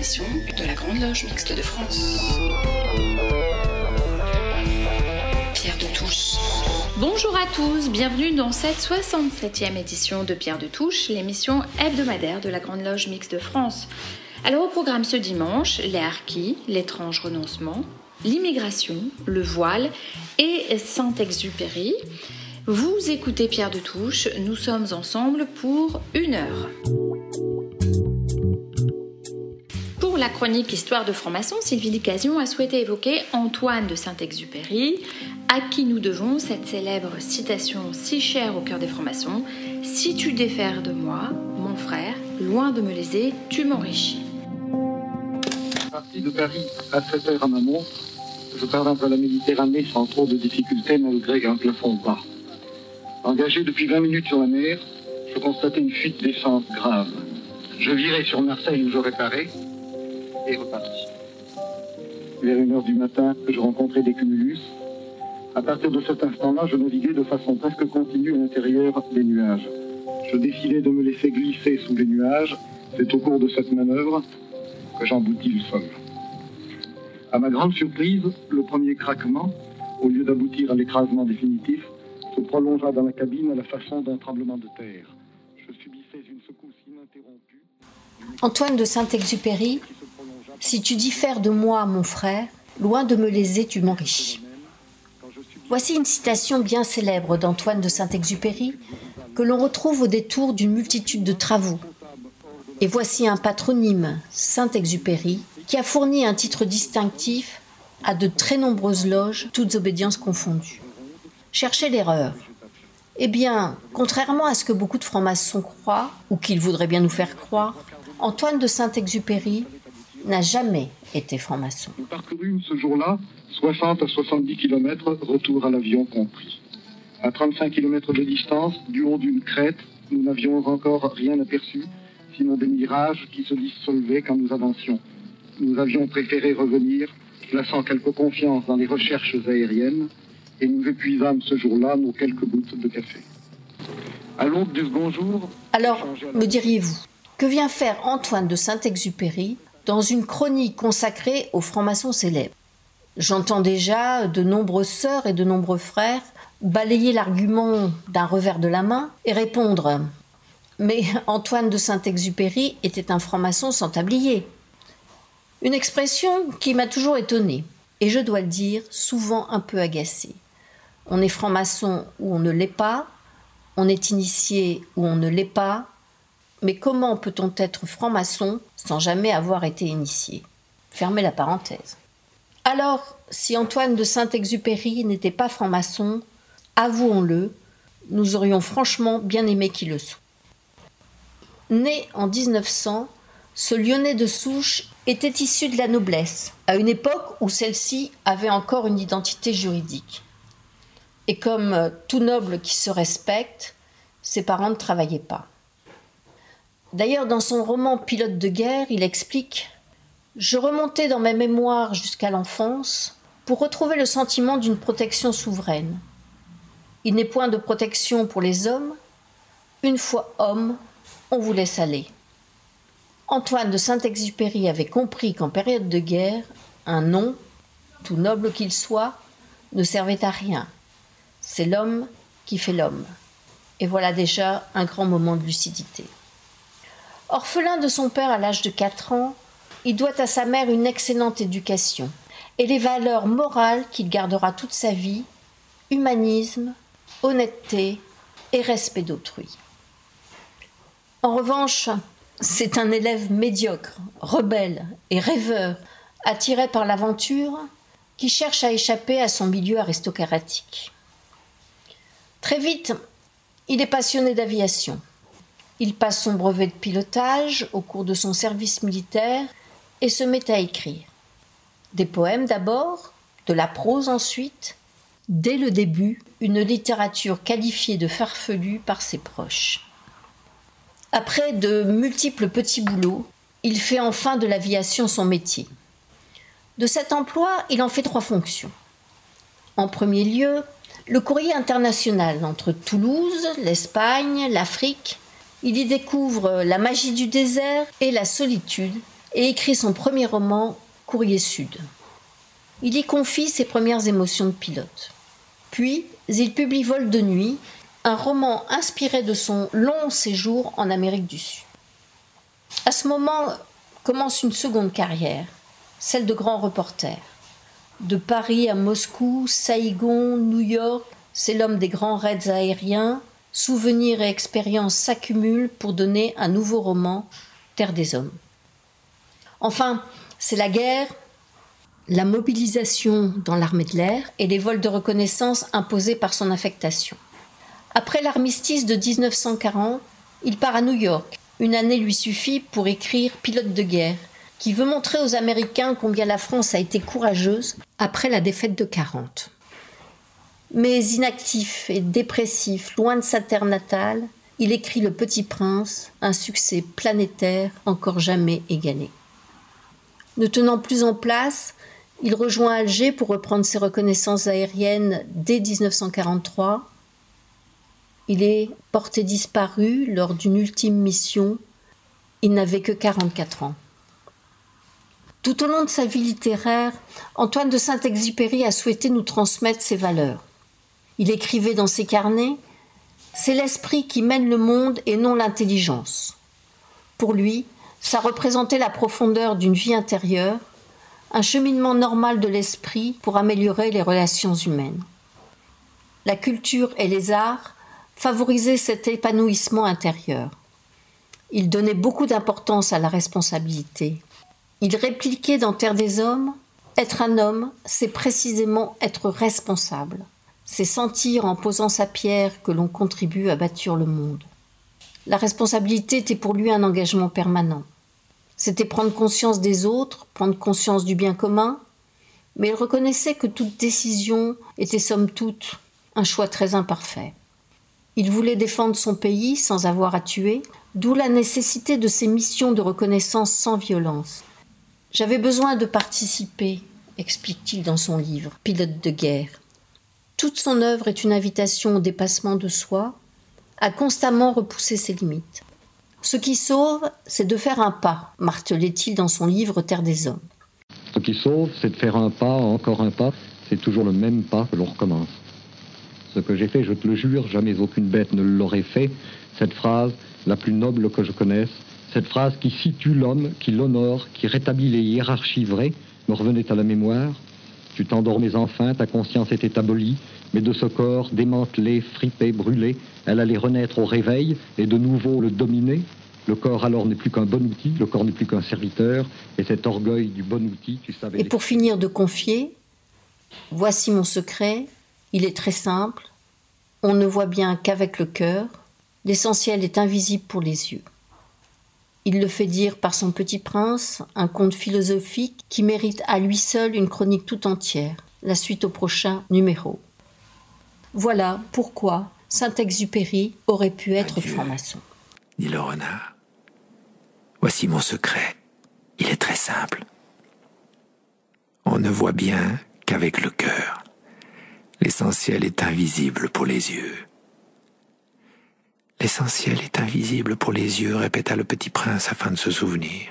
émission de la Grande Loge Mixte de France. Pierre de Touche. Bonjour à tous, bienvenue dans cette 67e édition de Pierre de Touche, l'émission hebdomadaire de la Grande Loge Mixte de France. Alors au programme ce dimanche, les harkis, l'étrange renoncement, l'immigration, le voile et Saint-Exupéry. Vous écoutez Pierre de Touche, nous sommes ensemble pour 1 heure. Pour la chronique Histoire de franc-maçon, Sylvie Dicasion a souhaité évoquer Antoine de Saint-Exupéry, à qui nous devons cette célèbre citation si chère au cœur des francs-maçons « Si tu défères de moi, mon frère, loin de me léser, tu m'enrichis ». Parti de Paris à 7h à ma montre, je parvins à la Méditerranée sans trop de difficultés malgré un plafond bas. Engagé depuis 20 minutes sur la mer, je constatais une fuite d'essence grave. Je virai sur Marseille où je réparais et repartis. Vers 1h du matin, je rencontrai des cumulus. À partir de cet instant-là, je naviguais de façon presque continue à l'intérieur des nuages. Je décidai de me laisser glisser sous les nuages. C'est au cours de cette manœuvre que j'emboutis le sol. À ma grande surprise, le premier craquement, au lieu d'aboutir à l'écrasement définitif, se prolongea dans la cabine à la façon d'un tremblement de terre. Je subissais une secousse ininterrompue. Antoine de Saint-Exupéry, « Si tu diffères de moi, mon frère, loin de me léser, tu m'enrichis ». Voici une citation bien célèbre d'Antoine de Saint-Exupéry que l'on retrouve au détour d'une multitude de travaux. Et voici un patronyme, Saint-Exupéry, qui a fourni un titre distinctif à de très nombreuses loges, toutes obédiences confondues. Cherchez l'erreur. Eh bien, contrairement à ce que beaucoup de francs-maçons croient, ou qu'ils voudraient bien nous faire croire, Antoine de Saint-Exupéry n'a jamais été franc-maçon. Nous parcourûmes ce jour-là 60 à 70 km, retour à l'avion compris. À 35 km de distance, du haut d'une crête, nous n'avions encore rien aperçu, sinon des mirages qui se dissolvaient quand nous avancions. Nous avions préféré revenir, plaçant quelque confiance dans les recherches aériennes, et nous épuisâmes ce jour-là nos quelques gouttes de café. À l'aube du second jour... Alors, me diriez-vous, que vient faire Antoine de Saint-Exupéry dans une chronique consacrée aux francs-maçons célèbres? J'entends déjà de nombreuses sœurs et de nombreux frères balayer l'argument d'un revers de la main et répondre « Mais Antoine de Saint-Exupéry était un franc-maçon sans tablier ». Une expression qui m'a toujours étonnée, et je dois le dire, souvent un peu agacée. On est franc-maçon ou on ne l'est pas, on est initié ou on ne l'est pas, mais comment peut-on être franc-maçon sans jamais avoir été initié ? Fermez la parenthèse. Alors, si Antoine de Saint-Exupéry n'était pas franc-maçon, avouons-le, nous aurions franchement bien aimé qu'il le soit. Né en 1900, ce Lyonnais de souche était issu de la noblesse, à une époque où celle-ci avait encore une identité juridique. Et comme tout noble qui se respecte, ses parents ne travaillaient pas. D'ailleurs, dans son roman « Pilote de guerre », il explique « Je remontais dans mes mémoires jusqu'à l'enfance pour retrouver le sentiment d'une protection souveraine. Il n'est point de protection pour les hommes. Une fois homme, on vous laisse aller. » Antoine de Saint-Exupéry avait compris qu'en période de guerre, un nom, tout noble qu'il soit, ne servait à rien. C'est l'homme qui fait l'homme. Et voilà déjà un grand moment de lucidité. Orphelin de son père à l'âge de 4 ans, il doit à sa mère une excellente éducation et les valeurs morales qu'il gardera toute sa vie, humanisme, honnêteté et respect d'autrui. En revanche, c'est un élève médiocre, rebelle et rêveur, attiré par l'aventure, qui cherche à échapper à son milieu aristocratique. Très vite, il est passionné d'aviation. Il passe son brevet de pilotage au cours de son service militaire et se met à écrire. Des poèmes d'abord, de la prose ensuite, dès le début, une littérature qualifiée de farfelue par ses proches. Après de multiples petits boulots, il fait enfin de l'aviation son métier. De cet emploi, il en fait 3 fonctions. En premier lieu, le courrier international entre Toulouse, l'Espagne, l'Afrique. Il y découvre la magie du désert et la solitude et écrit son premier roman, Courrier Sud. Il y confie ses premières émotions de pilote. Puis, il publie Vol de nuit, un roman inspiré de son long séjour en Amérique du Sud. À ce moment commence une seconde carrière, celle de grand reporter. De Paris à Moscou, Saïgon, New York, c'est l'homme des grands raids aériens. Souvenirs et expériences s'accumulent pour donner un nouveau roman, Terre des hommes. Enfin, c'est la guerre, la mobilisation dans l'armée de l'air et les vols de reconnaissance imposés par son affectation. Après l'armistice de 1940, il part à New York. Une année lui suffit pour écrire Pilote de guerre, qui veut montrer aux Américains combien la France a été courageuse après la défaite de 40. Mais inactif et dépressif, loin de sa terre natale, il écrit Le Petit Prince, un succès planétaire encore jamais égalé. Ne tenant plus en place, il rejoint Alger pour reprendre ses reconnaissances aériennes dès 1943. Il est porté disparu lors d'une ultime mission. Il n'avait que 44 ans. Tout au long de sa vie littéraire, Antoine de Saint-Exupéry a souhaité nous transmettre ses valeurs. Il écrivait dans ses carnets « C'est l'esprit qui mène le monde et non l'intelligence ». Pour lui, ça représentait la profondeur d'une vie intérieure, un cheminement normal de l'esprit pour améliorer les relations humaines. La culture et les arts favorisaient cet épanouissement intérieur. Il donnait beaucoup d'importance à la responsabilité. Il répliquait dans Terre des hommes « Être un homme, c'est précisément être responsable. C'est sentir en posant sa pierre que l'on contribue à bâtir le monde. » La responsabilité était pour lui un engagement permanent. C'était prendre conscience des autres, prendre conscience du bien commun, mais il reconnaissait que toute décision était somme toute un choix très imparfait. Il voulait défendre son pays sans avoir à tuer, d'où la nécessité de ces missions de reconnaissance sans violence. « J'avais besoin de participer », explique-t-il dans son livre « Pilote de guerre ». Toute son œuvre est une invitation au dépassement de soi, à constamment repousser ses limites. Ce qui sauve, c'est de faire un pas, martelait-il dans son livre Terre des hommes. Ce qui sauve, c'est de faire un pas, encore un pas, c'est toujours le même pas que l'on recommence. Ce que j'ai fait, je te le jure, jamais aucune bête ne l'aurait fait. Cette phrase, la plus noble que je connaisse, cette phrase qui situe l'homme, qui l'honore, qui rétablit les hiérarchies vraies, me revenait à la mémoire. Tu t'endormais enfin, ta conscience était abolie, mais de ce corps démantelé, fripé, brûlé, elle allait renaître au réveil et de nouveau le dominer. Le corps alors n'est plus qu'un bon outil, le corps n'est plus qu'un serviteur, et cet orgueil du bon outil, tu savais... Et pour finir de confier, voici mon secret, il est très simple, on ne voit bien qu'avec le cœur, l'essentiel est invisible pour les yeux. Il le fait dire par son Petit Prince, un conte philosophique qui mérite à lui seul une chronique tout entière, la suite au prochain numéro. Voilà pourquoi Saint-Exupéry aurait pu être franc-maçon. Dit le renard. Voici mon secret. Il est très simple. On ne voit bien qu'avec le cœur. L'essentiel est invisible pour les yeux. L'essentiel est invisible pour les yeux, répéta le Petit Prince afin de se souvenir.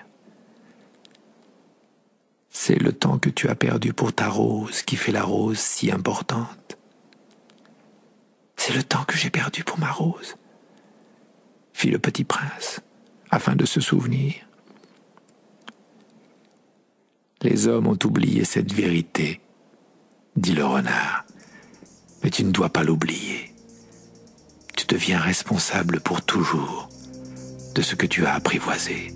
C'est le temps que tu as perdu pour ta rose qui fait la rose si importante. C'est le temps que j'ai perdu pour ma rose, fit le Petit Prince, afin de se souvenir. Les hommes ont oublié cette vérité, dit le renard, mais tu ne dois pas l'oublier. Tu deviens responsable pour toujours de ce que tu as apprivoisé.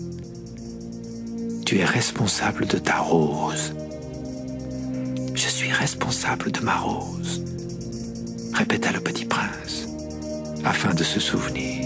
Tu es responsable de ta rose. Je suis responsable de ma rose, répéta le Petit Prince, afin de se souvenir.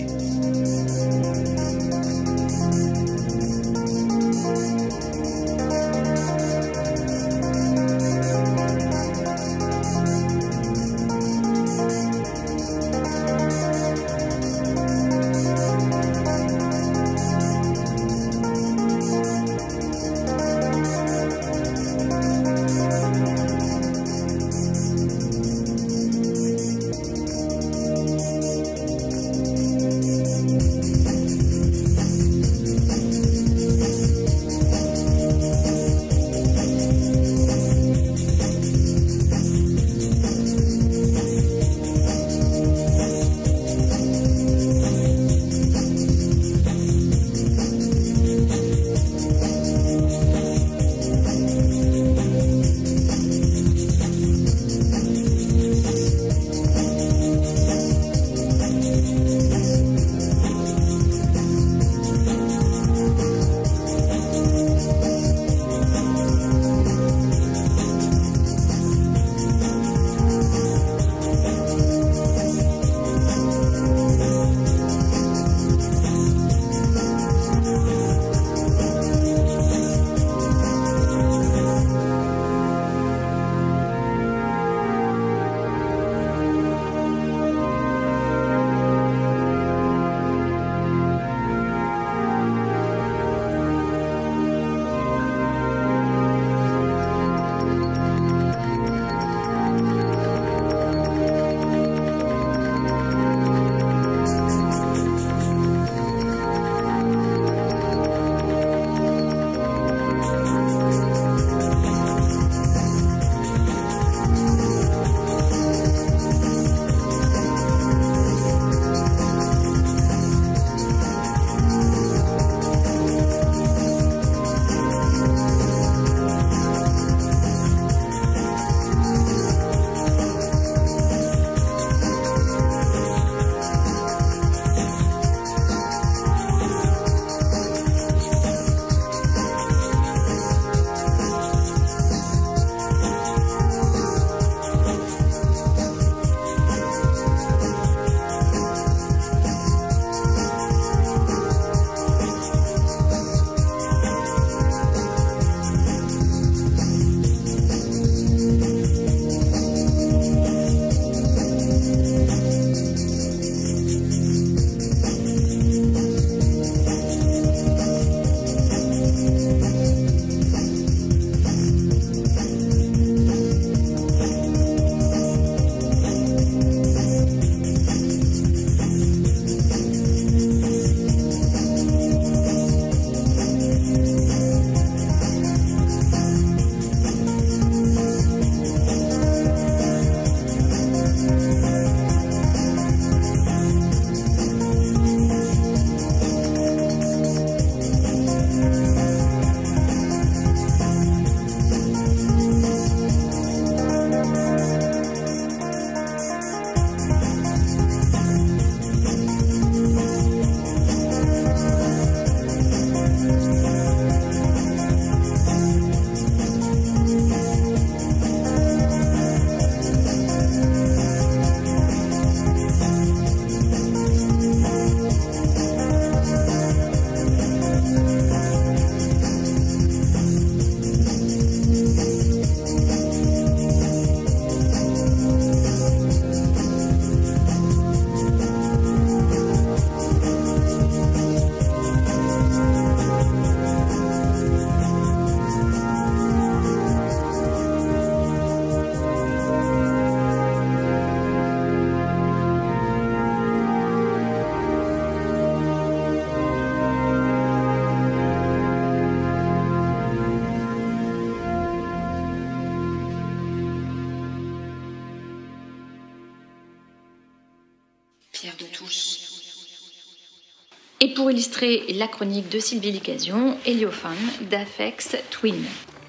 Et pour illustrer la chronique de Sylvie Licasion, Héliophane d'Aphex Twin.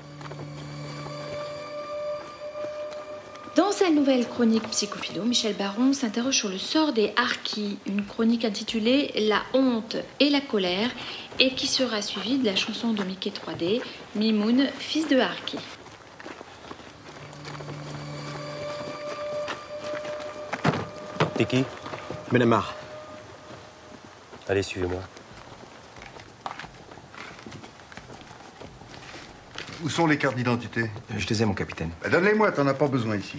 Dans sa nouvelle chronique Psychophilo, Michel Baron s'interroge sur le sort des harkis, une chronique intitulée La honte et la colère, et qui sera suivie de la chanson de Mickey 3D, Mimoun, fils de harki. T'es qui? Benamar. Allez, suivez-moi. Où sont les cartes d'identité? Je les ai, mon capitaine. Donne-les-moi, t'en as pas besoin ici.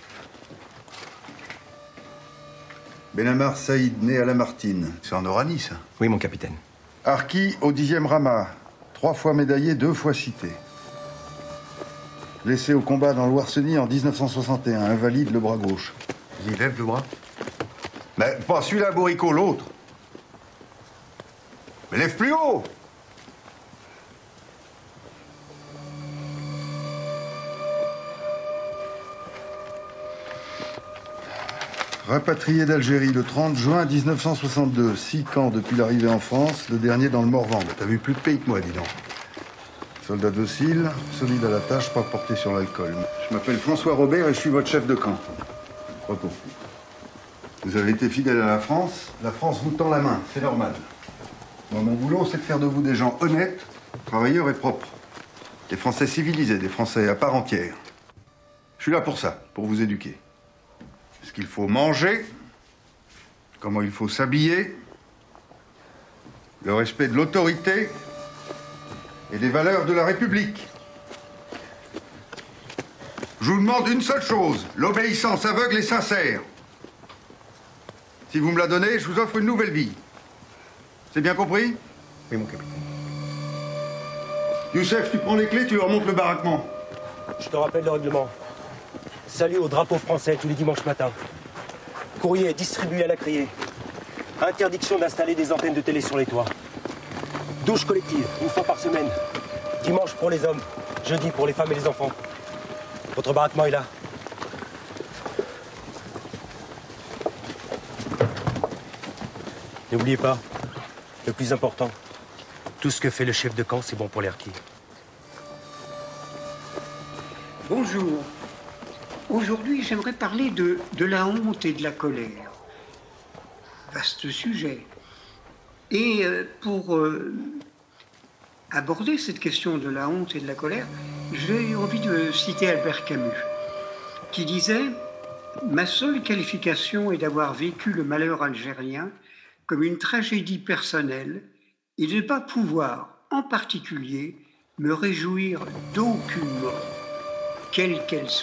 Benamar Saïd, né à Lamartine. C'est en Oranie, ça? Oui, mon capitaine. Harki au 10e Rama. 3 fois médaillé, 2 fois cité. Blessé au combat dans l'Ouarcenie en 1961. Invalide le bras gauche. Vas-y, lève le bras. Mais pas celui-là, Bourrico, l'autre. Mais lève plus haut! Rapatrié d'Algérie le 30 juin 1962. 6 camps depuis l'arrivée en France, le dernier dans le Morvan. T'as vu plus de pays que moi, dis donc. Soldat docile, solide à la tâche, pas porté sur l'alcool. Je m'appelle François Robert et je suis votre chef de camp. Repos. Vous avez été fidèle à la France vous tend la main, c'est normal. Moi, mon boulot, c'est de faire de vous des gens honnêtes, travailleurs et propres. Des Français civilisés, des Français à part entière. Je suis là pour ça, pour vous éduquer. Ce qu'il faut manger, comment il faut s'habiller, le respect de l'autorité et des valeurs de la République. Je vous demande une seule chose, l'obéissance aveugle et sincère. Si vous me la donnez, je vous offre une nouvelle vie. C'est bien compris? Oui, mon capitaine. Youssef, tu prends les clés, tu leur montres le baraquement. Je te rappelle le règlement. Salut au drapeau français tous les dimanches matins. Courrier distribué à la criée. Interdiction d'installer des antennes de télé sur les toits. Douche collective, 1 fois par semaine. Dimanche pour les hommes, jeudi pour les femmes et les enfants. Votre baraquement est là. N'oubliez pas, le plus important, tout ce que fait le chef de camp, c'est bon pour les harkis. Bonjour. Aujourd'hui, j'aimerais parler de la honte et de la colère. Vaste sujet. Et pour aborder cette question de la honte et de la colère, j'ai envie de citer Albert Camus, qui disait « Ma seule qualification est d'avoir vécu le malheur algérien comme une tragédie personnelle et de ne pas pouvoir, en particulier, me réjouir d'aucune mort, quelle qu'elle soit. »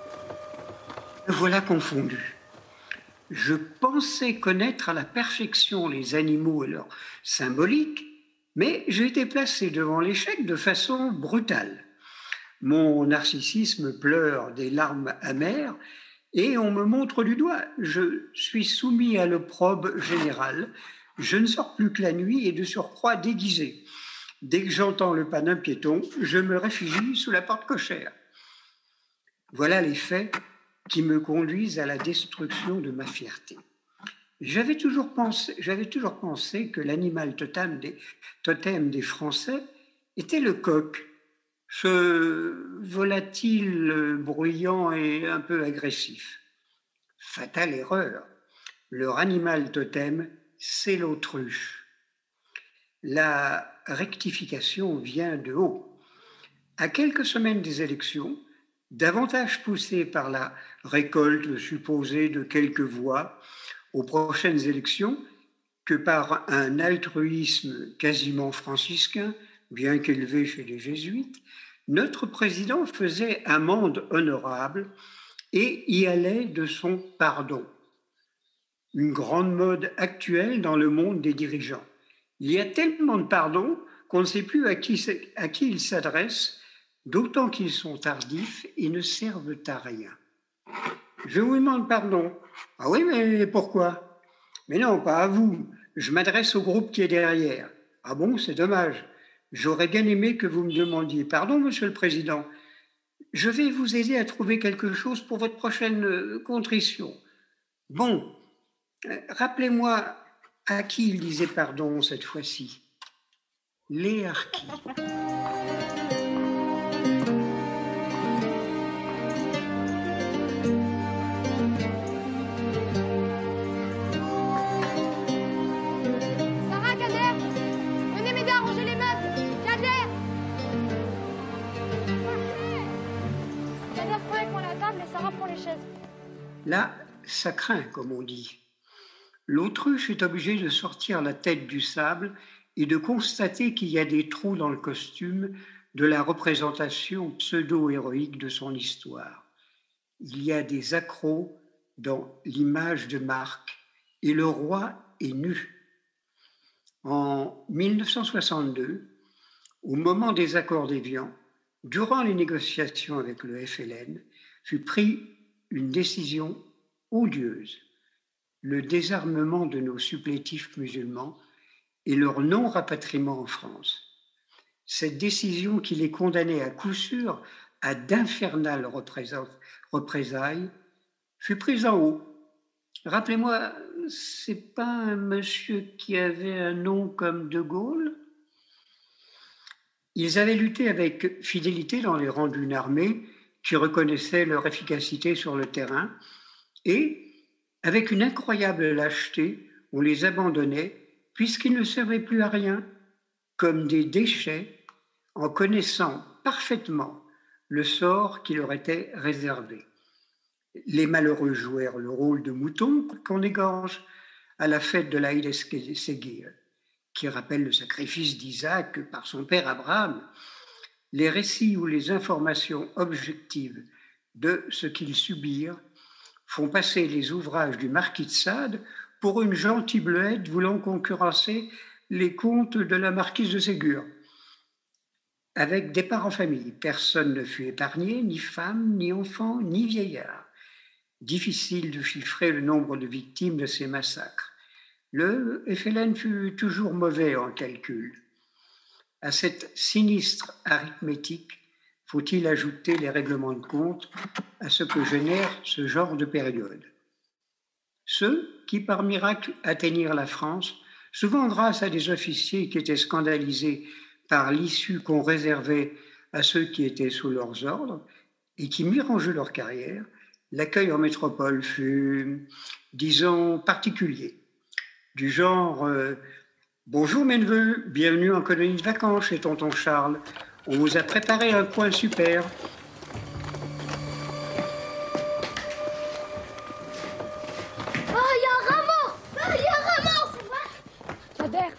Me voilà confondu. Je pensais connaître à la perfection les animaux et leur symbolique, mais j'ai été placé devant l'échec de façon brutale. Mon narcissisme pleure des larmes amères et on me montre du doigt. Je suis soumis à l'opprobre général. Je ne sors plus que la nuit et de surcroît déguisé. Dès que j'entends le pas d'un piéton, je me réfugie sous la porte cochère. Voilà les faits qui me conduisent à la destruction de ma fierté. J'avais toujours pensé que l'animal totem des Français était le coq, ce volatile, bruyant et un peu agressif. Fatale erreur. Leur animal totem, c'est l'autruche. La rectification vient de haut. À quelques semaines des élections, davantage poussé par la récolte supposée de quelques voix aux prochaines élections que par un altruisme quasiment franciscain, bien qu'élevé chez les jésuites, notre président faisait amende honorable et y allait de son pardon. Une grande mode actuelle dans le monde des dirigeants. Il y a tellement de pardon qu'on ne sait plus à qui ils s'adressent, d'autant qu'ils sont tardifs et ne servent à rien. Je vous demande pardon. Ah oui, mais pourquoi? Mais non, pas à vous. Je m'adresse au groupe qui est derrière. Ah bon, c'est dommage. J'aurais bien aimé que vous me demandiez pardon, Monsieur le Président. Je vais vous aider à trouver quelque chose pour votre prochaine contrition. Bon, rappelez-moi À qui il disait pardon cette fois-ci? Les harkis. Sarah, Kader, venez m'aider à ranger les meubles. Kader, prends avec moi la table et Sarah prend les chaises. Là, ça craint, comme on dit. L'autruche est obligé de sortir la tête du sable et de constater qu'il y a des trous dans le costume de la représentation pseudo-héroïque de son histoire. Il y a des accros dans l'image de Marc et le roi est nu. En 1962, au moment des accords d'Évian, durant les négociations avec le FLN, fut prise une décision odieuse, le désarmement de nos supplétifs musulmans et leur non-rapatriement en France. Cette décision qui les condamnait à coup sûr à d'infernales représailles fut prise en haut. Rappelez-moi, c'est pas un monsieur qui avait un nom comme De Gaulle? Ils avaient lutté avec fidélité dans les rangs d'une armée qui reconnaissait leur efficacité sur le terrain et, avec une incroyable lâcheté, on les abandonnait puisqu'ils ne servaient plus à rien, comme des déchets, en connaissant parfaitement le sort qui leur était réservé. Les malheureux jouèrent le rôle de moutons qu'on égorge à la fête de l'Aïd es-Segir, qui rappelle le sacrifice d'Isaac par son père Abraham. Les récits ou les informations objectives de ce qu'ils subirent font passer les ouvrages du marquis de Sade pour une gentille bleuette voulant concurrencer les contes de la marquise de Ségur. Avec départ en famille, personne ne fut épargné, ni femme, ni enfant, ni vieillard. Difficile de chiffrer le nombre de victimes de ces massacres. Le FLN fut toujours mauvais en calcul. À cette sinistre arithmétique, faut-il ajouter les règlements de compte à ce que génère ce genre de période. Ceux qui, par miracle, atteignirent la France, souvent grâce à des officiers qui étaient scandalisés par l'issue qu'on réservait à ceux qui étaient sous leurs ordres et qui mirent en jeu leur carrière, l'accueil en métropole fut, disons, particulier. Du genre bonjour mes neveux, bienvenue en colonie de vacances chez tonton Charles. On vous a préparé un coin super. Oh, il y a un rat mort! Oh, il y a un rat mort! Kader!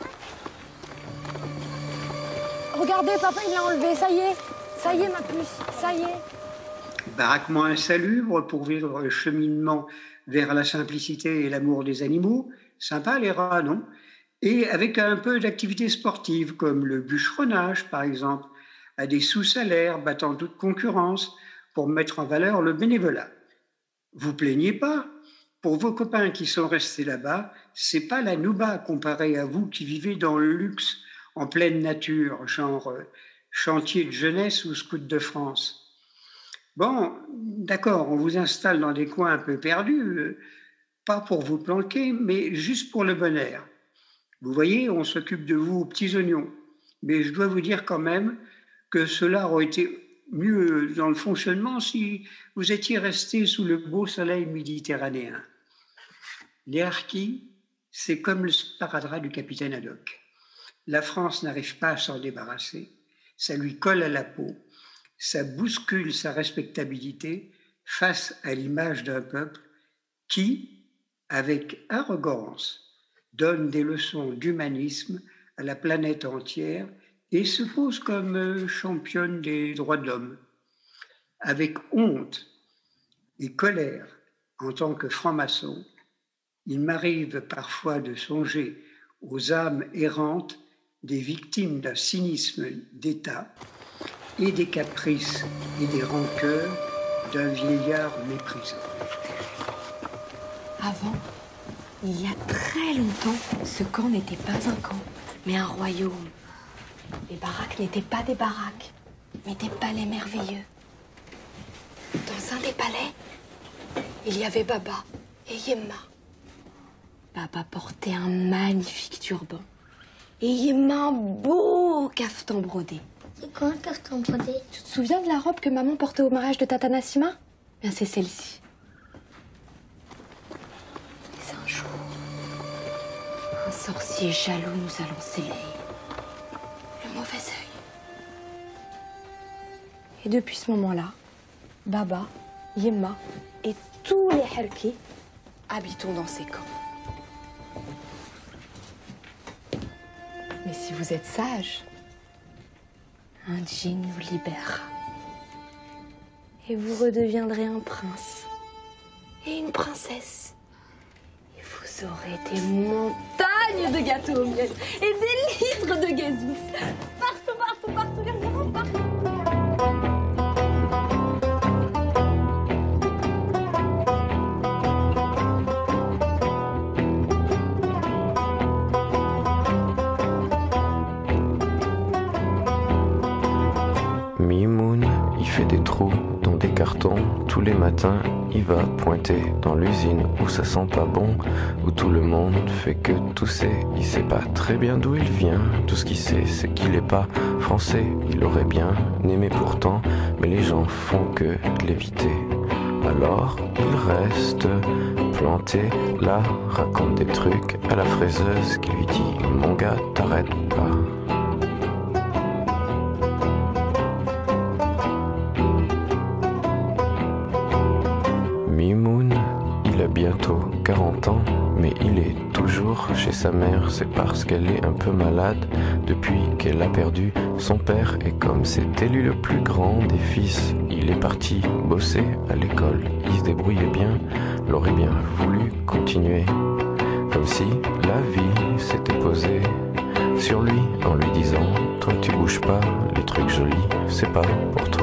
Regardez, papa, il l'a enlevé, ça y est, ma puce, ça y est. Baraquement insalubre pour vivre le cheminement vers la simplicité et l'amour des animaux. Sympa les rats, non? Et avec un peu d'activité sportive, comme le bûcheronnage, par exemple, à des sous-salaires battant toute concurrence pour mettre en valeur le bénévolat. Vous plaignez pas? Pour vos copains qui sont restés là-bas, c'est pas la nouba comparée à vous qui vivez dans le luxe, en pleine nature, genre chantier de jeunesse ou scout de France. Bon, d'accord, on vous installe dans des coins un peu perdus, pas pour vous planquer, mais juste pour le bon air. Vous voyez, on s'occupe de vous aux petits oignons. Mais je dois vous dire quand même que cela aurait été mieux dans le fonctionnement si vous étiez resté sous le beau soleil méditerranéen. Les harkis, c'est comme le sparadrap du capitaine Haddock. La France n'arrive pas à s'en débarrasser, ça lui colle à la peau, ça bouscule sa respectabilité face à l'image d'un peuple qui, avec arrogance, donne des leçons d'humanisme à la planète entière et se pose comme championne des droits de l'homme. Avec honte et colère, en tant que franc-maçon, il m'arrive parfois de songer aux âmes errantes des victimes d'un cynisme d'État et des caprices et des rancœurs d'un vieillard méprisant. Avant, il y a très longtemps, ce camp n'était pas un camp, mais un royaume. Les baraques n'étaient pas des baraques, mais des palais merveilleux. Dans un des palais, il y avait Baba et Yemma. Papa portait un magnifique turban. Et Yemma un beau caftan brodé. C'est quoi un caftan brodé? Tu te souviens de la robe que maman portait au mariage de Tata Nassima? Bien, c'est celle-ci. Mais un jour, un sorcier jaloux nous a lancé le mauvais œil. Et depuis ce moment-là, Baba, Yemma et tous les Harki habitons dans ces camps. Mais si vous êtes sage, un djinn nous libérera. Et vous redeviendrez un prince et une princesse. Et vous aurez des montagnes de gâteaux au miel et des litres de gazous. Partout, partout, partout, vraiment partout. Mimoun, il fait des trous dans des cartons. Tous les matins, il va pointer dans l'usine où ça sent pas bon, où tout le monde fait que tousser. Il sait pas très bien d'où il vient. Tout ce qu'il sait, c'est qu'il est pas français. Il aurait bien aimé pourtant, mais les gens font que l'éviter. Alors, il reste planté là, raconte des trucs à la fraiseuse qui lui dit « Mon gars, t'arrêtes pas ». Mimoun, il a bientôt 40 ans, mais il est toujours chez sa mère. C'est parce qu'elle est un peu malade depuis qu'elle a perdu son père. Et comme c'était lui le plus grand des fils, il est parti bosser à l'école. Il se débrouillait bien, l'aurait bien voulu continuer. Comme si la vie s'était posée sur lui en lui disant « Toi tu bouges pas, les trucs jolis, c'est pas pour toi ».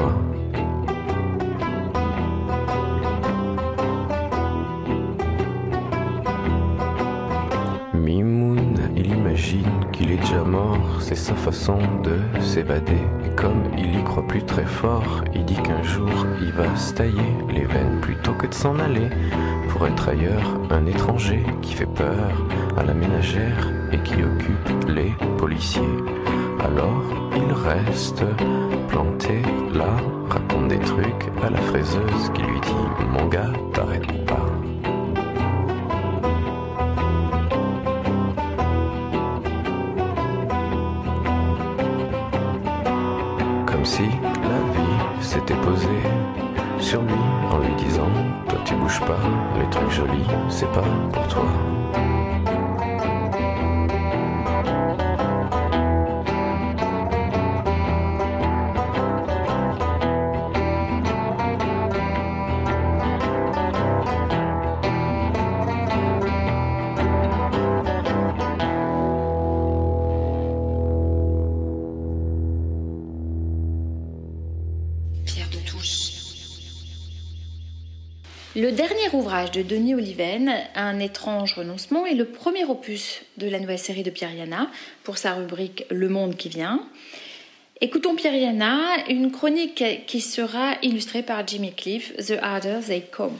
Mimoun, il imagine qu'il est déjà mort, c'est sa façon de s'évader. Et comme il y croit plus très fort, il dit qu'un jour il va se tailler les veines plutôt que de s'en aller pour être ailleurs, un étranger qui fait peur à la ménagère et qui occupe les policiers. Alors il reste planté là, raconte des trucs à la fraiseuse qui lui dit « Mon gars, t'arrêtes pas ». Comme si la vie s'était posée sur lui en lui disant « Toi tu bouges pas, les trucs jolis, c'est pas pour toi ». Le dernier ouvrage de Denis Oliven, Un étrange renoncement, est le premier opus de la nouvelle série de Pierre Yana pour sa rubrique Le Monde qui vient. Écoutons Pierre Yana, une chronique qui sera illustrée par Jimmy Cliff, The Harder They Come.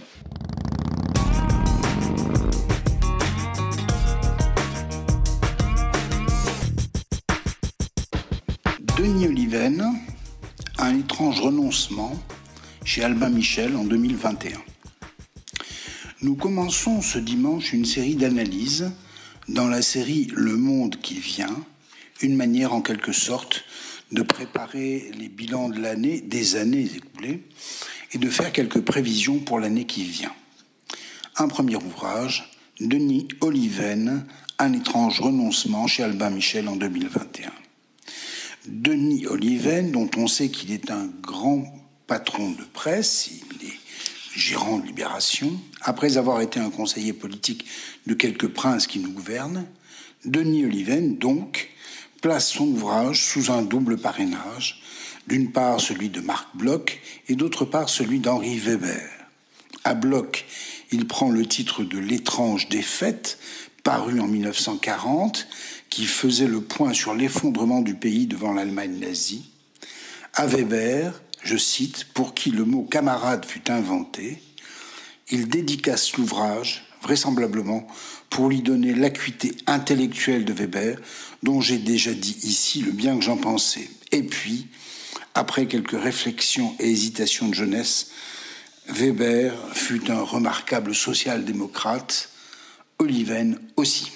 Denis Oliven, Un étrange renoncement, chez Albin Michel en 2021. Nous commençons ce dimanche une série d'analyses dans la série Le Monde qui vient, une manière en quelque sorte de préparer les bilans de l'année, des années écoulées, et de faire quelques prévisions pour l'année qui vient. Un premier ouvrage, Denis Oliven, Un étrange renoncement, chez Albin Michel en 2021. Denis Oliven, dont on sait qu'il est un grand patron de presse, il est gérant de Libération, après avoir été un conseiller politique de quelques princes qui nous gouvernent, Denis Oliven, donc, place son ouvrage sous un double parrainage, d'une part celui de Marc Bloch et d'autre part celui d'Henri Weber. À Bloch, il prend le titre de L'étrange défaite, paru en 1940, qui faisait le point sur l'effondrement du pays devant l'Allemagne nazie. À Weber, je cite, pour qui le mot camarade fut inventé, il dédicace l'ouvrage vraisemblablement pour lui donner l'acuité intellectuelle de Weber, dont j'ai déjà dit ici le bien que j'en pensais. Et puis, après quelques réflexions et hésitations de jeunesse, Weber fut un remarquable social-démocrate, Oliven aussi.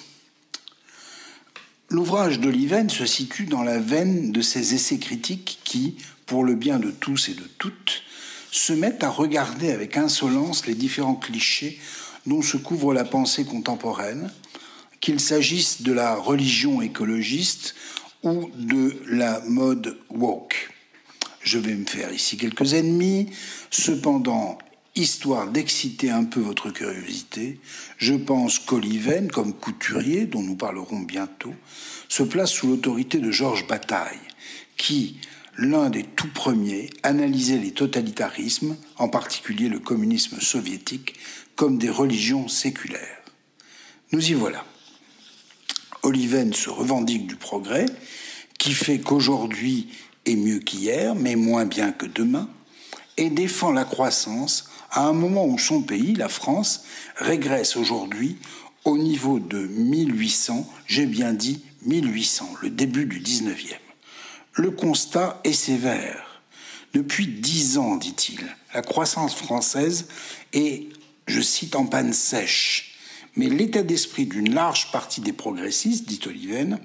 L'ouvrage d'Oliven se situe dans la veine de ces essais critiques qui, pour le bien de tous et de toutes, se mettent à regarder avec insolence les différents clichés dont se couvre la pensée contemporaine, qu'il s'agisse de la religion écologiste ou de la mode woke. Je vais me faire ici quelques ennemis, cependant, histoire d'exciter un peu votre curiosité, je pense qu'Oliven, comme couturier, dont nous parlerons bientôt, se place sous l'autorité de Georges Bataille, qui, l'un des tout premiers, analysait les totalitarismes, en particulier le communisme soviétique, comme des religions séculaires. Nous y voilà. Oliven se revendique du progrès, qui fait qu'aujourd'hui est mieux qu'hier, mais moins bien que demain, et défend la croissance à un moment où son pays, la France, régresse aujourd'hui au niveau de 1800, j'ai bien dit 1800, le début du 19e. Le constat est sévère. Depuis 10 ans, dit-il, la croissance française est, je cite, en panne sèche. Mais l'état d'esprit d'une large partie des progressistes, dit Oliven,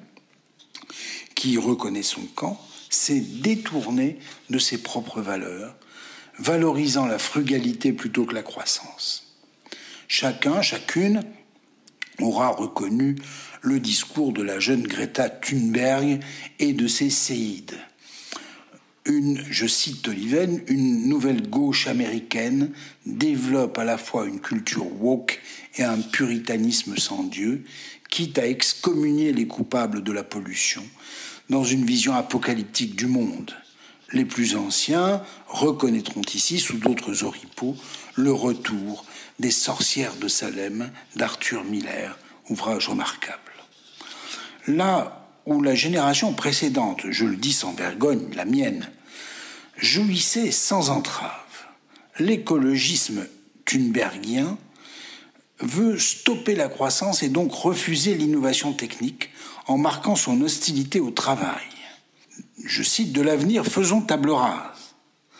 qui reconnaît son camp, s'est détourné de ses propres valeurs, valorisant la frugalité plutôt que la croissance. Chacun, chacune, aura reconnu le discours de la jeune Greta Thunberg et de ses séides. Je cite Oliven, une nouvelle gauche américaine développe à la fois une culture woke et un puritanisme sans Dieu, quitte à excommunier les coupables de la pollution dans une vision apocalyptique du monde. Les plus anciens reconnaîtront ici, sous d'autres oripeaux, le retour des sorcières de Salem d'Arthur Miller, ouvrage remarquable. Là où la génération précédente, je le dis sans vergogne, la mienne, jouissait sans entrave, l'écologisme thunbergien veut stopper la croissance et donc refuser l'innovation technique en marquant son hostilité au travail. Je cite, de l'avenir, faisons table rase.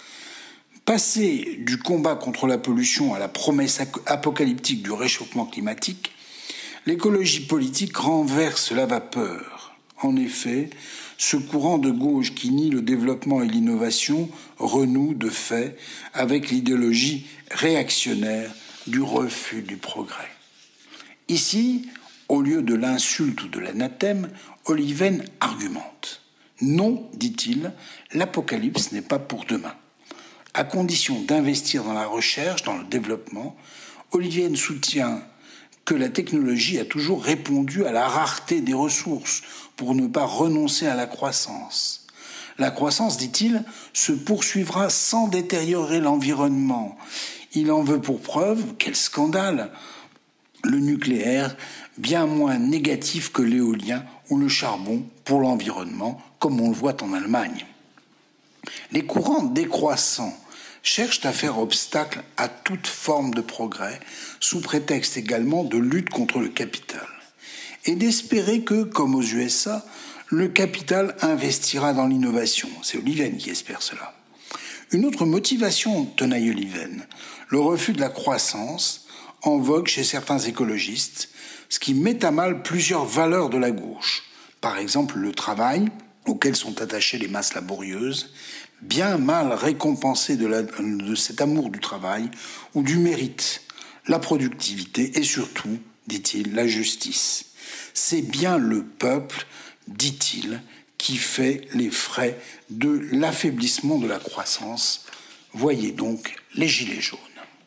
Passer du combat contre la pollution à la promesse apocalyptique du réchauffement climatique, l'écologie politique renverse la vapeur. En effet, ce courant de gauche qui nie le développement et l'innovation renoue de fait avec l'idéologie réactionnaire du refus du progrès. Ici, au lieu de l'insulte ou de l'anathème, Oliven argumente. Non, dit-il, l'apocalypse n'est pas pour demain. À condition d'investir dans la recherche, dans le développement, Oliven soutient que la technologie a toujours répondu à la rareté des ressources pour ne pas renoncer à la croissance. La croissance, dit-il, se poursuivra sans détériorer l'environnement. Il en veut pour preuve, quel scandale, le nucléaire, bien moins négatif que l'éolien ou le charbon pour l'environnement, comme on le voit en Allemagne. Les courants décroissants cherchent à faire obstacle à toute forme de progrès, sous prétexte également de lutte contre le capital, et d'espérer que, comme aux USA, le capital investira dans l'innovation. C'est Oliven qui espère cela. Une autre motivation tenaille Oliven, le refus de la croissance, en vogue chez certains écologistes, ce qui met à mal plusieurs valeurs de la gauche. Par exemple, le travail, auquel sont attachées les masses laborieuses, bien mal récompensées de cet amour du travail ou du mérite, la productivité et surtout, dit-il, la justice. C'est bien le peuple, dit-il, qui fait les frais de l'affaiblissement de la croissance. Voyez donc les gilets jaunes.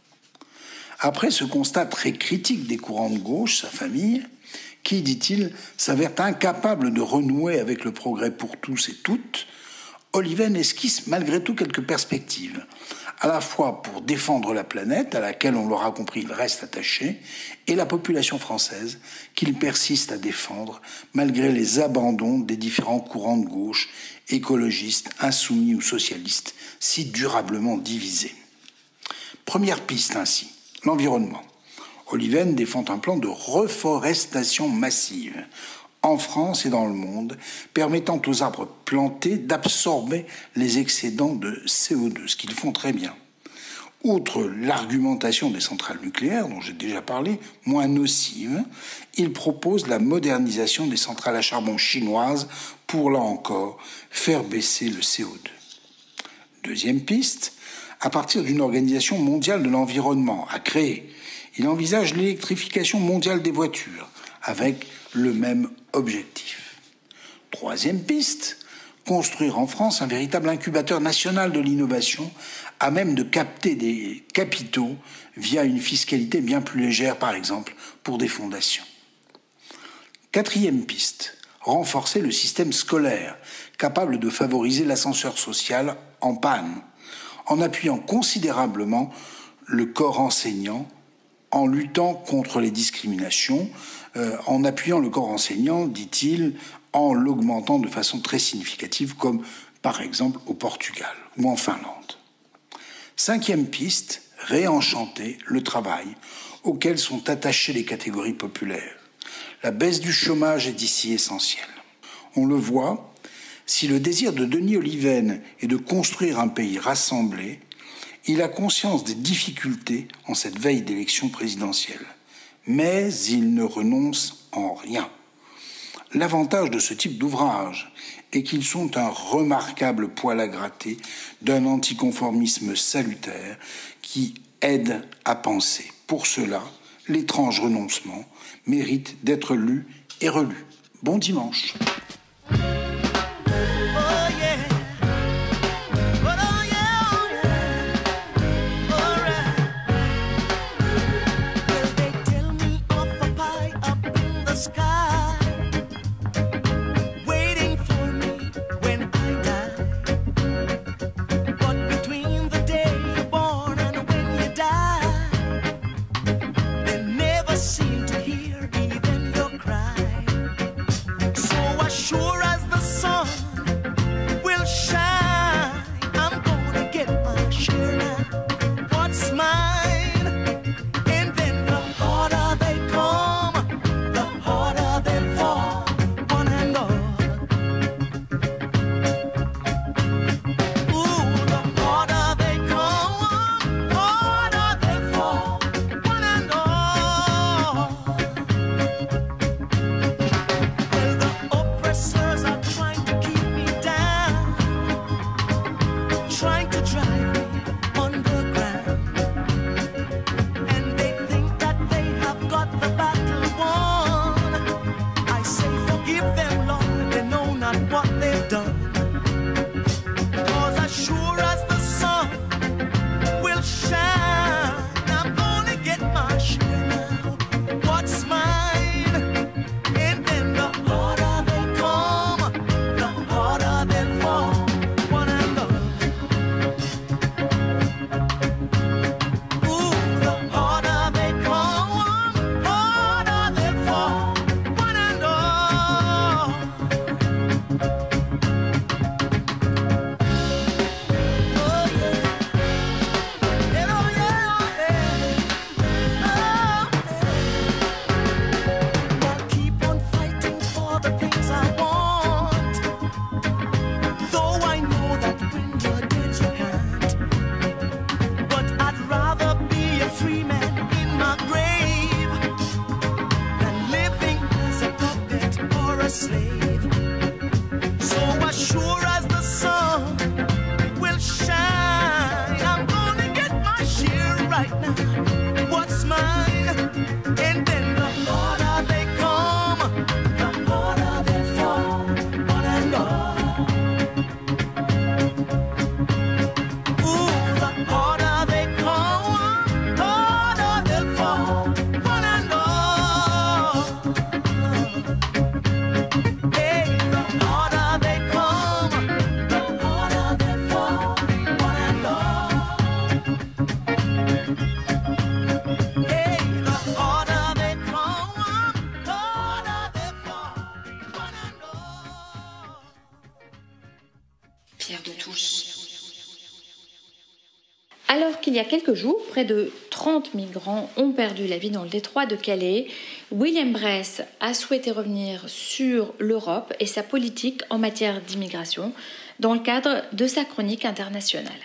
Après ce constat très critique des courants de gauche, sa famille, qui, dit-il, s'avère incapable de renouer avec le progrès pour tous et toutes, Oliven esquisse malgré tout quelques perspectives, à la fois pour défendre la planète, à laquelle on l'aura compris, il reste attaché, et la population française, qu'il persiste à défendre, malgré les abandons des différents courants de gauche, écologistes, insoumis ou socialistes, si durablement divisés. Première piste ainsi, l'environnement. Oliven défend un plan de reforestation massive en France et dans le monde, permettant aux arbres plantés d'absorber les excédents de CO2, ce qu'ils font très bien. Outre l'argumentation des centrales nucléaires, dont j'ai déjà parlé, moins nocive, il propose la modernisation des centrales à charbon chinoises pour, là encore, faire baisser le CO2. Deuxième piste, à partir d'une organisation mondiale de l'environnement à créer, il envisage l'électrification mondiale des voitures, avec le même objectif. Troisième piste, construire en France un véritable incubateur national de l'innovation à même de capter des capitaux via une fiscalité bien plus légère, par exemple, pour des fondations. Quatrième piste, renforcer le système scolaire, capable de favoriser l'ascenseur social en panne, en appuyant considérablement le corps enseignant, en luttant contre les discriminations, en appuyant le corps enseignant, dit-il, en l'augmentant de façon très significative, comme par exemple au Portugal ou en Finlande. Cinquième piste, réenchanter le travail auquel sont attachées les catégories populaires. La baisse du chômage est ici essentielle. On le voit, si le désir de Denis Oliven est de construire un pays rassemblé, il a conscience des difficultés en cette veille d'élection présidentielle. Mais il ne renonce en rien. L'avantage de ce type d'ouvrage est qu'ils sont un remarquable poil à gratter d'un anticonformisme salutaire qui aide à penser. Pour cela, l'étrange renoncement mérite d'être lu et relu. Bon dimanche. Alors qu'il y a quelques jours, près de 30 migrants ont perdu la vie dans le détroit de Calais. William Bress a souhaité revenir sur l'Europe et sa politique en matière d'immigration dans le cadre de sa chronique internationale.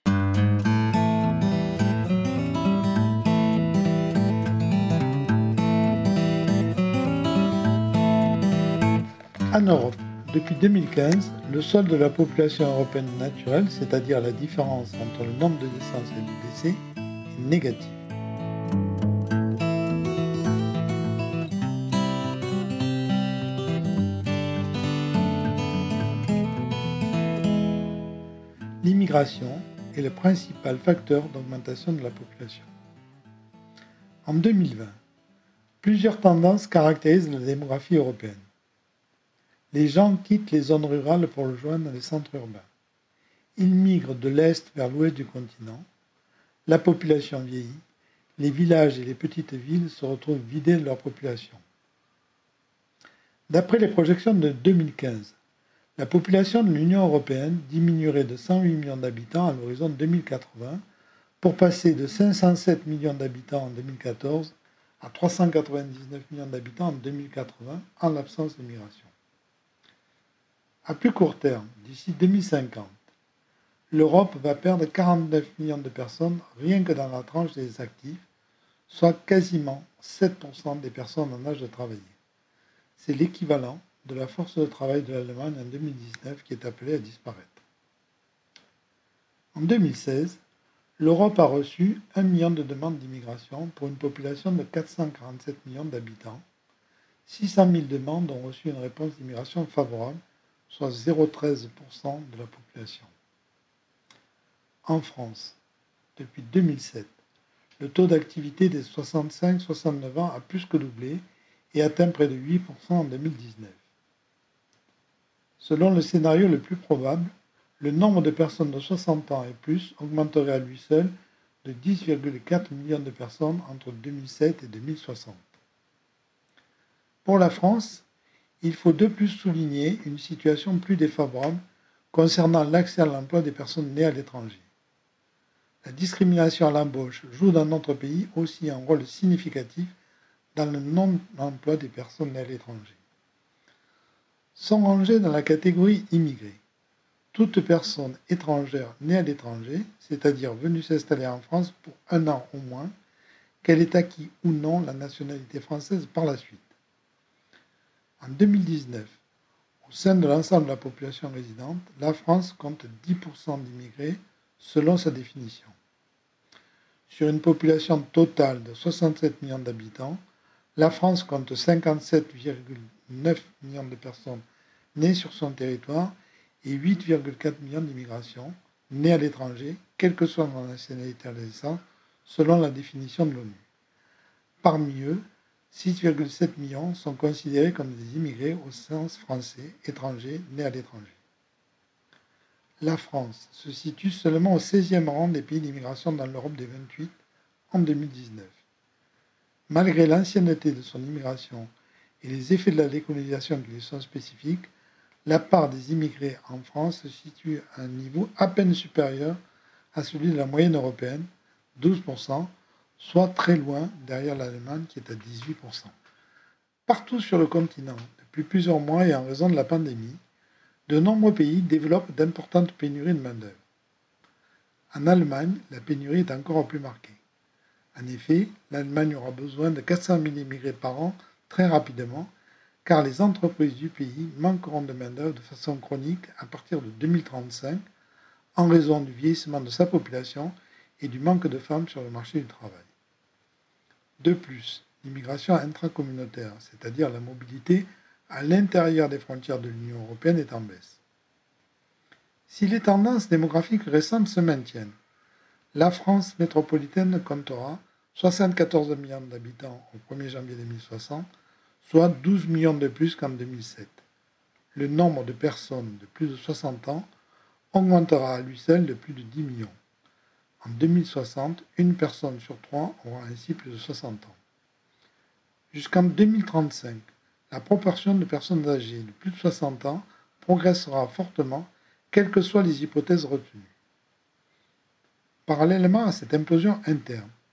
En Europe, depuis 2015, le solde de la population européenne naturelle, c'est-à-dire la différence entre le nombre de naissances et de décès, est négatif. L'immigration est le principal facteur d'augmentation de la population. En 2020, plusieurs tendances caractérisent la démographie européenne. Les gens quittent les zones rurales pour rejoindre les centres urbains. Ils migrent de l'Est vers l'Ouest du continent. La population vieillit. Les villages et les petites villes se retrouvent vidés de leur population. D'après les projections de 2015, la population de l'Union européenne diminuerait de 108 millions d'habitants à l'horizon 2080 pour passer de 507 millions d'habitants en 2014 à 399 millions d'habitants en 2080 en l'absence d'immigration. À plus court terme, d'ici 2050, l'Europe va perdre 49 millions de personnes rien que dans la tranche des actifs, soit quasiment 7% des personnes en âge de travailler. C'est l'équivalent de la force de travail de l'Allemagne en 2019 qui est appelée à disparaître. En 2016, l'Europe a reçu 1 million de demandes d'immigration pour une population de 447 millions d'habitants. 600 000 demandes ont reçu une réponse d'immigration favorable, soit 0,13% de la population. En France, depuis 2007, le taux d'activité des 65-69 ans a plus que doublé et atteint près de 8% en 2019. Selon le scénario le plus probable, le nombre de personnes de 60 ans et plus augmenterait à lui seul de 10,4 millions de personnes entre 2007 et 2060. Pour la France, il faut de plus souligner une situation plus défavorable concernant l'accès à l'emploi des personnes nées à l'étranger. La discrimination à l'embauche joue dans notre pays aussi un rôle significatif dans le non-emploi des personnes nées à l'étranger. Sont rangées dans la catégorie immigrés toute personne étrangère née à l'étranger, c'est-à-dire venue s'installer en France pour 1 an au moins, qu'elle ait acquis ou non la nationalité française par la suite. En 2019, au sein de l'ensemble de la population résidente, la France compte 10% d'immigrés selon sa définition. Sur une population totale de 67 millions d'habitants, la France compte 57,9 millions de personnes nées sur son territoire et 8,4 millions d'immigrations nées à l'étranger, quelle que soit leur nationalité à la naissance, selon la définition de l'ONU. Parmi eux, 6,7 millions sont considérés comme des immigrés au sens français, étrangers, nés à l'étranger. La France se situe seulement au 16e rang des pays d'immigration dans l'Europe des 28 en 2019. Malgré l'ancienneté de son immigration et les effets de la décolonisation qui lui sont spécifiques, la part des immigrés en France se situe à un niveau à peine supérieur à celui de la moyenne européenne, 12%, soit très loin derrière l'Allemagne qui est à 18%. Partout sur le continent, depuis plusieurs mois et en raison de la pandémie, de nombreux pays développent d'importantes pénuries de main-d'œuvre. En Allemagne, la pénurie est encore plus marquée. En effet, l'Allemagne aura besoin de 400 000 immigrés par an très rapidement, car les entreprises du pays manqueront de main-d'œuvre de façon chronique à partir de 2035, en raison du vieillissement de sa population et du manque de femmes sur le marché du travail. De plus, l'immigration intracommunautaire, c'est-à-dire la mobilité à l'intérieur des frontières de l'Union européenne, est en baisse. Si les tendances démographiques récentes se maintiennent, la France métropolitaine comptera 74 millions d'habitants au 1er janvier 2060, soit 12 millions de plus qu'en 2007. Le nombre de personnes de plus de 60 ans augmentera à lui seul de plus de 10 millions. En 2060, une personne sur 3 aura ainsi plus de 60 ans. Jusqu'en 2035, la proportion de personnes âgées de plus de 60 ans progressera fortement, quelles que soient les hypothèses retenues. Parallèlement à cette implosion interne,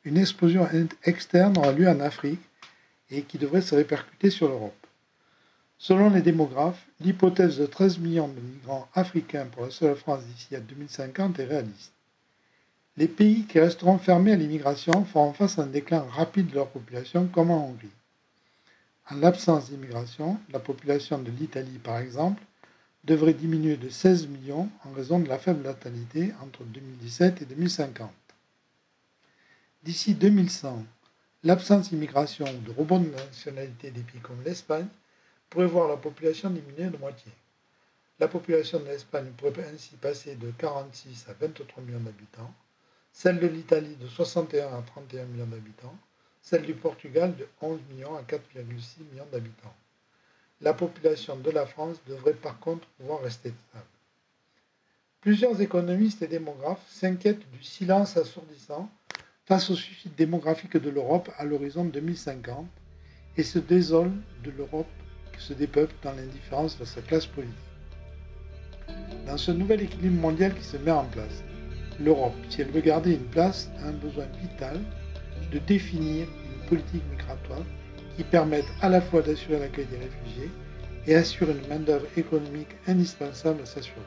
une explosion externe aura lieu en Afrique et qui devrait se répercuter sur l'Europe. Selon les démographes, l'hypothèse de 13 millions de migrants africains pour la seule France d'ici à 2050 est réaliste. Les pays qui resteront fermés à l'immigration feront face à un déclin rapide de leur population, comme en Hongrie. En l'absence d'immigration, la population de l'Italie, par exemple, devrait diminuer de 16 millions en raison de la faible natalité entre 2017 et 2050. D'ici 2100, l'absence d'immigration ou de rebond de nationalité des pays comme l'Espagne pourrait voir la population diminuer de moitié. La population de l'Espagne pourrait ainsi passer de 46 à 23 millions d'habitants, celle de l'Italie de 61 à 31 millions d'habitants, celle du Portugal de 11 millions à 4,6 millions d'habitants. La population de la France devrait par contre pouvoir rester stable. Plusieurs économistes et démographes s'inquiètent du silence assourdissant face au suicide démographique de l'Europe à l'horizon 2050 et se désolent de l'Europe qui se dépeuple dans l'indifférence de sa classe politique. Dans ce nouvel équilibre mondial qui se met en place, l'Europe, si elle veut garder une place, a un besoin vital de définir une politique migratoire qui permette à la fois d'assurer l'accueil des réfugiés et assurer une main-d'œuvre économique indispensable à sa survie.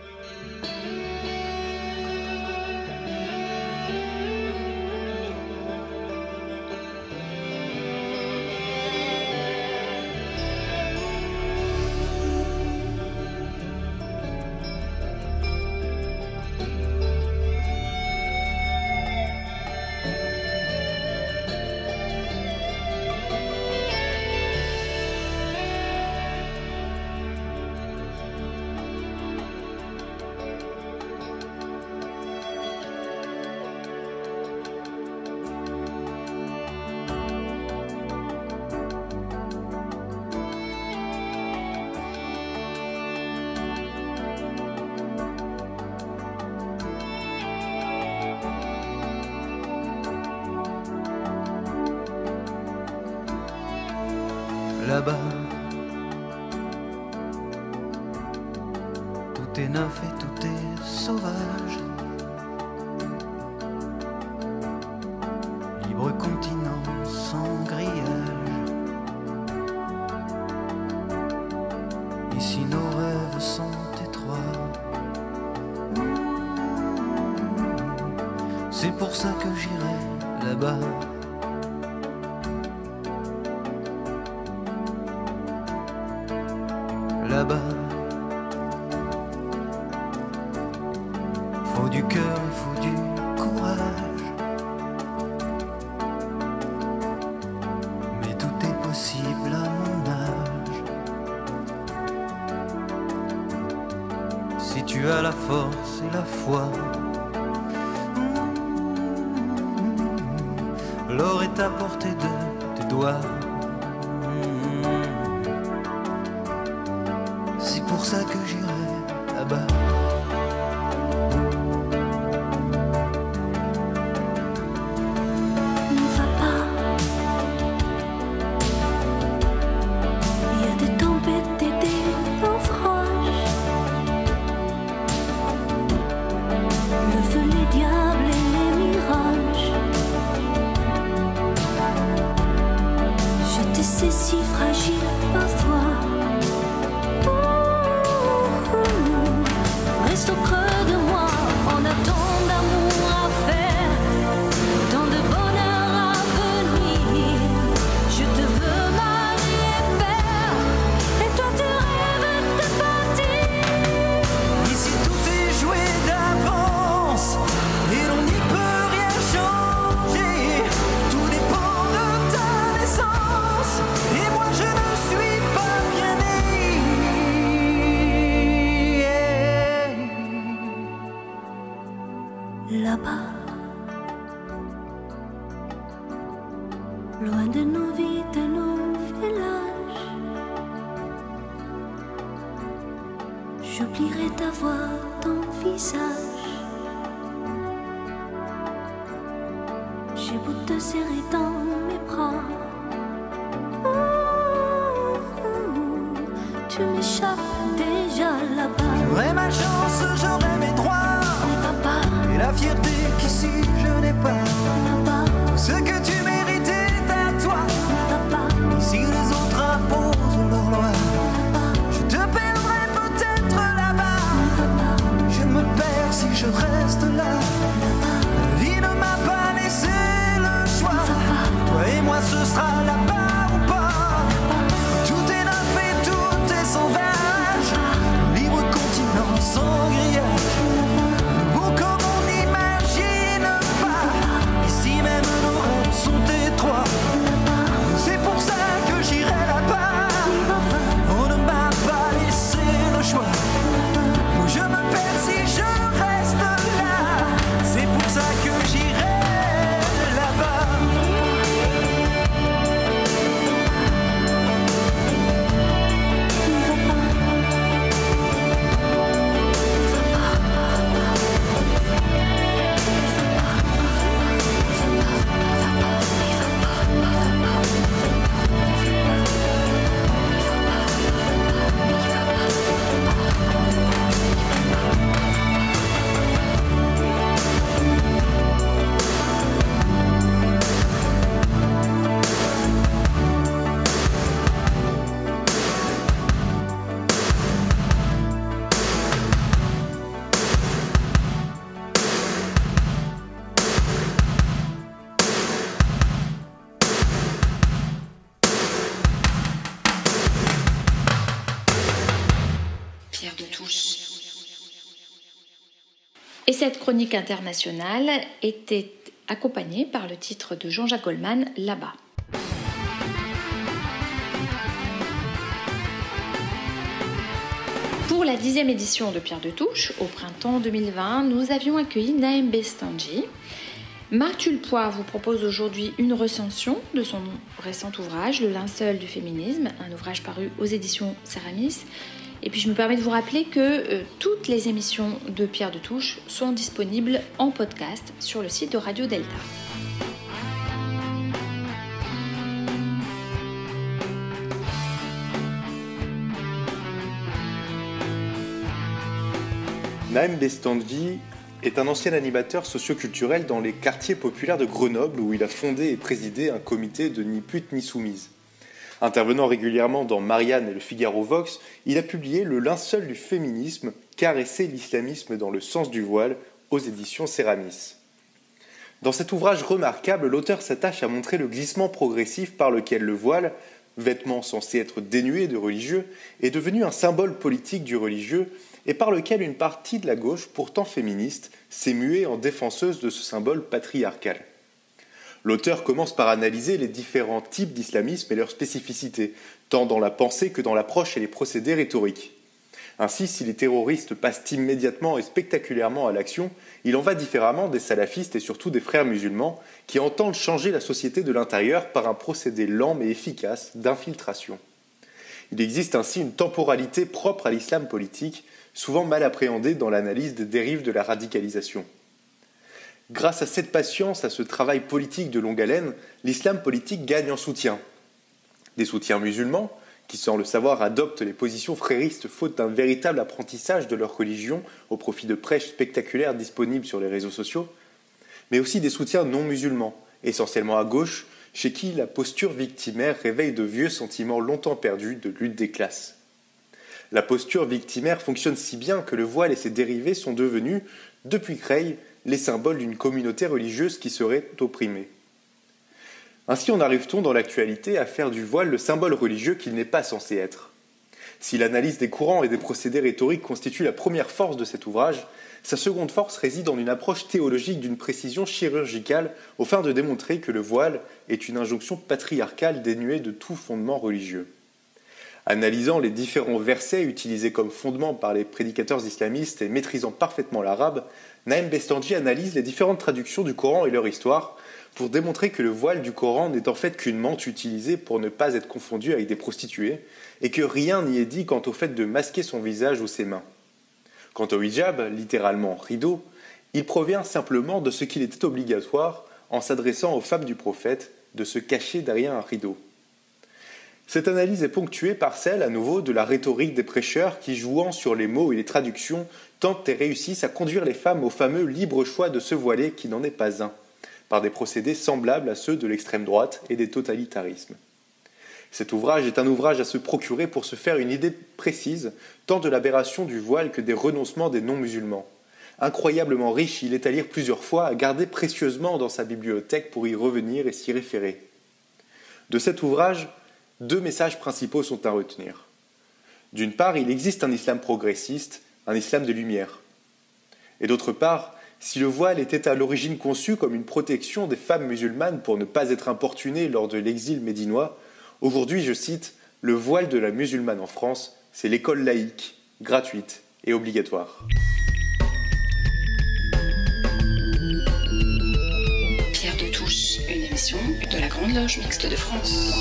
Là-bas, tout est neuf et tout est sauvage. Libre continent sans grillage. Ici nos rêves sont étroits. C'est pour ça que j'irai là-bas. Là-bas, faut du cœur et faut du courage. Mais tout est possible à mon âge. Si tu as la force et la foi, l'or est à portée de tes doigts. C'est pour ça que j'irai là-bas. Ne va pas. Il y a des tempêtes et des naufrages. Le feu, les diables et les mirages. Je te sais si fragile parfois. Reste au creux de moi, on a tant d'amour à faire, tant de bonheur à venir. Je te veux mari et père, et toi tu rêves de partir. Ici tout est joué d'avance, et l'on n'y peut rien changer. Tout dépend de ta naissance, et moi je ne suis pas bien né. Là-bas, loin de nos vies, de nos villages, j'oublierai ta voix, ton visage. J'ai beau te serrer dans mes bras, tu m'échappes déjà là-bas. J'aurai ma chance, j'aurai mes droits, et la fierté qu'ici je n'ai pas. Là-bas, Ce que tu méritais à toi. Si les autres imposent leur loi, je te perdrai peut-être là-bas. Je me perds si je reste là. La vie ne m'a pas laissé le choix. Toi et moi ce sera là-bas ou pas. Tout est neuf et tout est sauvage. Libre continent sans grillage. Beau comme on n'imagine pas. Ici même nos rêves sont étroits. C'est pour ça que j'irai là-bas. On ne m'a pas laissé le choix. Je me perds si je reste là. C'est pour ça que j'irai là-bas. Pierre de Touche. Et cette chronique internationale était accompagnée par le titre de Jean-Jacques Goldman, Là-bas. Pour la 10e édition de Pierre de Touche, au printemps 2020, nous avions accueilli Naëm Bestanji. Marc Tulpois vous propose aujourd'hui une recension de son récent ouvrage, Le linceul du féminisme, un ouvrage paru aux éditions Céramis. Et puis je me permets de vous rappeler que toutes les émissions de Pierre de Touche sont disponibles en podcast sur le site de Radio Delta. Naëm Bestanji est un ancien animateur socioculturel dans les quartiers populaires de Grenoble où il a fondé et présidé un comité de Ni pute ni soumise. Intervenant régulièrement dans Marianne et le Figaro Vox, il a publié Le linceul du féminisme, caresser l'islamisme dans le sens du voile, aux éditions Céramis. Dans cet ouvrage remarquable, l'auteur s'attache à montrer le glissement progressif par lequel le voile, vêtement censé être dénué de religieux, est devenu un symbole politique du religieux et par lequel une partie de la gauche, pourtant féministe, s'est muée en défenseuse de ce symbole patriarcal. L'auteur commence par analyser les différents types d'islamisme et leurs spécificités, tant dans la pensée que dans l'approche et les procédés rhétoriques. Ainsi, si les terroristes passent immédiatement et spectaculairement à l'action, il en va différemment des salafistes et surtout des frères musulmans qui entendent changer la société de l'intérieur par un procédé lent mais efficace d'infiltration. Il existe ainsi une temporalité propre à l'islam politique, souvent mal appréhendée dans l'analyse des dérives de la radicalisation. Grâce à cette patience, à ce travail politique de longue haleine, l'islam politique gagne en soutien. Des soutiens musulmans, qui sans le savoir adoptent les positions fréristes faute d'un véritable apprentissage de leur religion au profit de prêches spectaculaires disponibles sur les réseaux sociaux, mais aussi des soutiens non musulmans, essentiellement à gauche, chez qui la posture victimaire réveille de vieux sentiments longtemps perdus de lutte des classes. La posture victimaire fonctionne si bien que le voile et ses dérivés sont devenus, depuis Creil, les symboles d'une communauté religieuse qui serait opprimée. Ainsi en arrive-t-on dans l'actualité à faire du voile le symbole religieux qu'il n'est pas censé être. Si l'analyse des courants et des procédés rhétoriques constitue la première force de cet ouvrage, sa seconde force réside en une approche théologique d'une précision chirurgicale aux fins de démontrer que le voile est une injonction patriarcale dénuée de tout fondement religieux. Analysant les différents versets utilisés comme fondement par les prédicateurs islamistes et maîtrisant parfaitement l'arabe, Naëm Bestanji analyse les différentes traductions du Coran et leur histoire pour démontrer que le voile du Coran n'est en fait qu'une mante utilisée pour ne pas être confondu avec des prostituées et que rien n'y est dit quant au fait de masquer son visage ou ses mains. Quant au hijab, littéralement rideau, il provient simplement de ce qu'il était obligatoire, en s'adressant aux femmes du prophète, de se cacher derrière un rideau. Cette analyse est ponctuée par celle, à nouveau, de la rhétorique des prêcheurs qui, jouant sur les mots et les traductions, tentent et réussissent à conduire les femmes au fameux libre choix de se voiler qui n'en est pas un. par des procédés semblables à ceux de l'extrême droite et des totalitarismes. Cet ouvrage est un ouvrage à se procurer pour se faire une idée précise, tant de l'aberration du voile que des renoncements des non-musulmans. Incroyablement riche, il est à lire plusieurs fois, à garder précieusement dans sa bibliothèque pour y revenir et s'y référer. De cet ouvrage, 2 messages principaux sont à retenir. D'une part, il existe un islam progressiste, un islam de lumière. Et d'autre part, si le voile était à l'origine conçu comme une protection des femmes musulmanes pour ne pas être importunées lors de l'exil médinois, aujourd'hui, je cite, « Le voile de la musulmane en France, c'est l'école laïque, gratuite et obligatoire. » Pierre de Touche, une émission de la Grande Loge Mixte de France.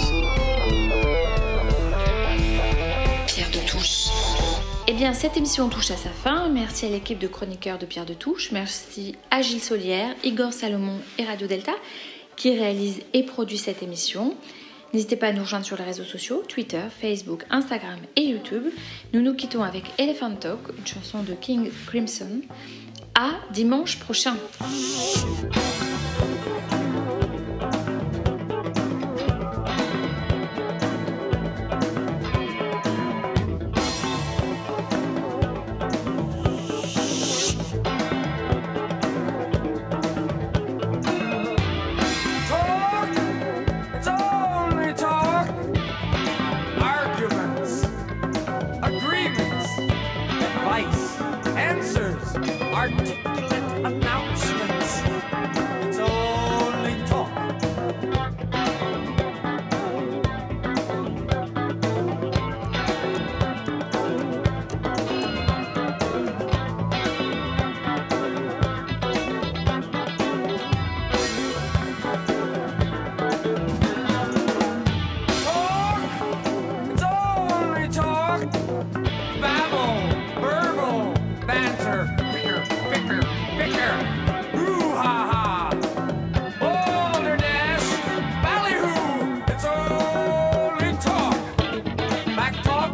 Pierre de Touche. Eh bien, cette émission touche à sa fin. Merci à l'équipe de chroniqueurs de Pierre de Touche. Merci à Gilles Solière, Igor Salomon et Radio Delta qui réalisent et produisent cette émission. N'hésitez pas à nous rejoindre sur les réseaux sociaux, Twitter, Facebook, Instagram et YouTube. Nous nous quittons avec Elephant Talk, une chanson de King Crimson. À dimanche prochain. Articulate announcements. It's only talk. Talk. It's only talk. Babble, burble, banter. Bicker, hoo-ha-ha, wilderness, ballyhoo, it's only talk, back talk.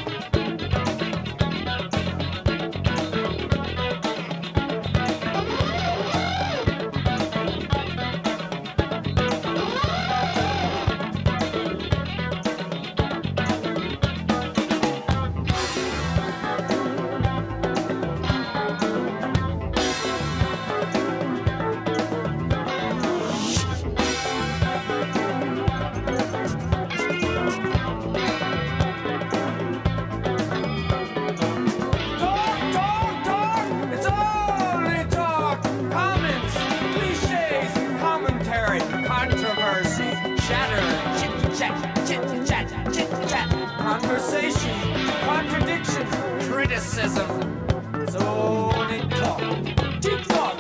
Conversation, contradiction, criticism. It's only talk. Deep talk.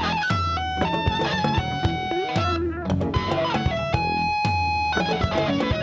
Thank you.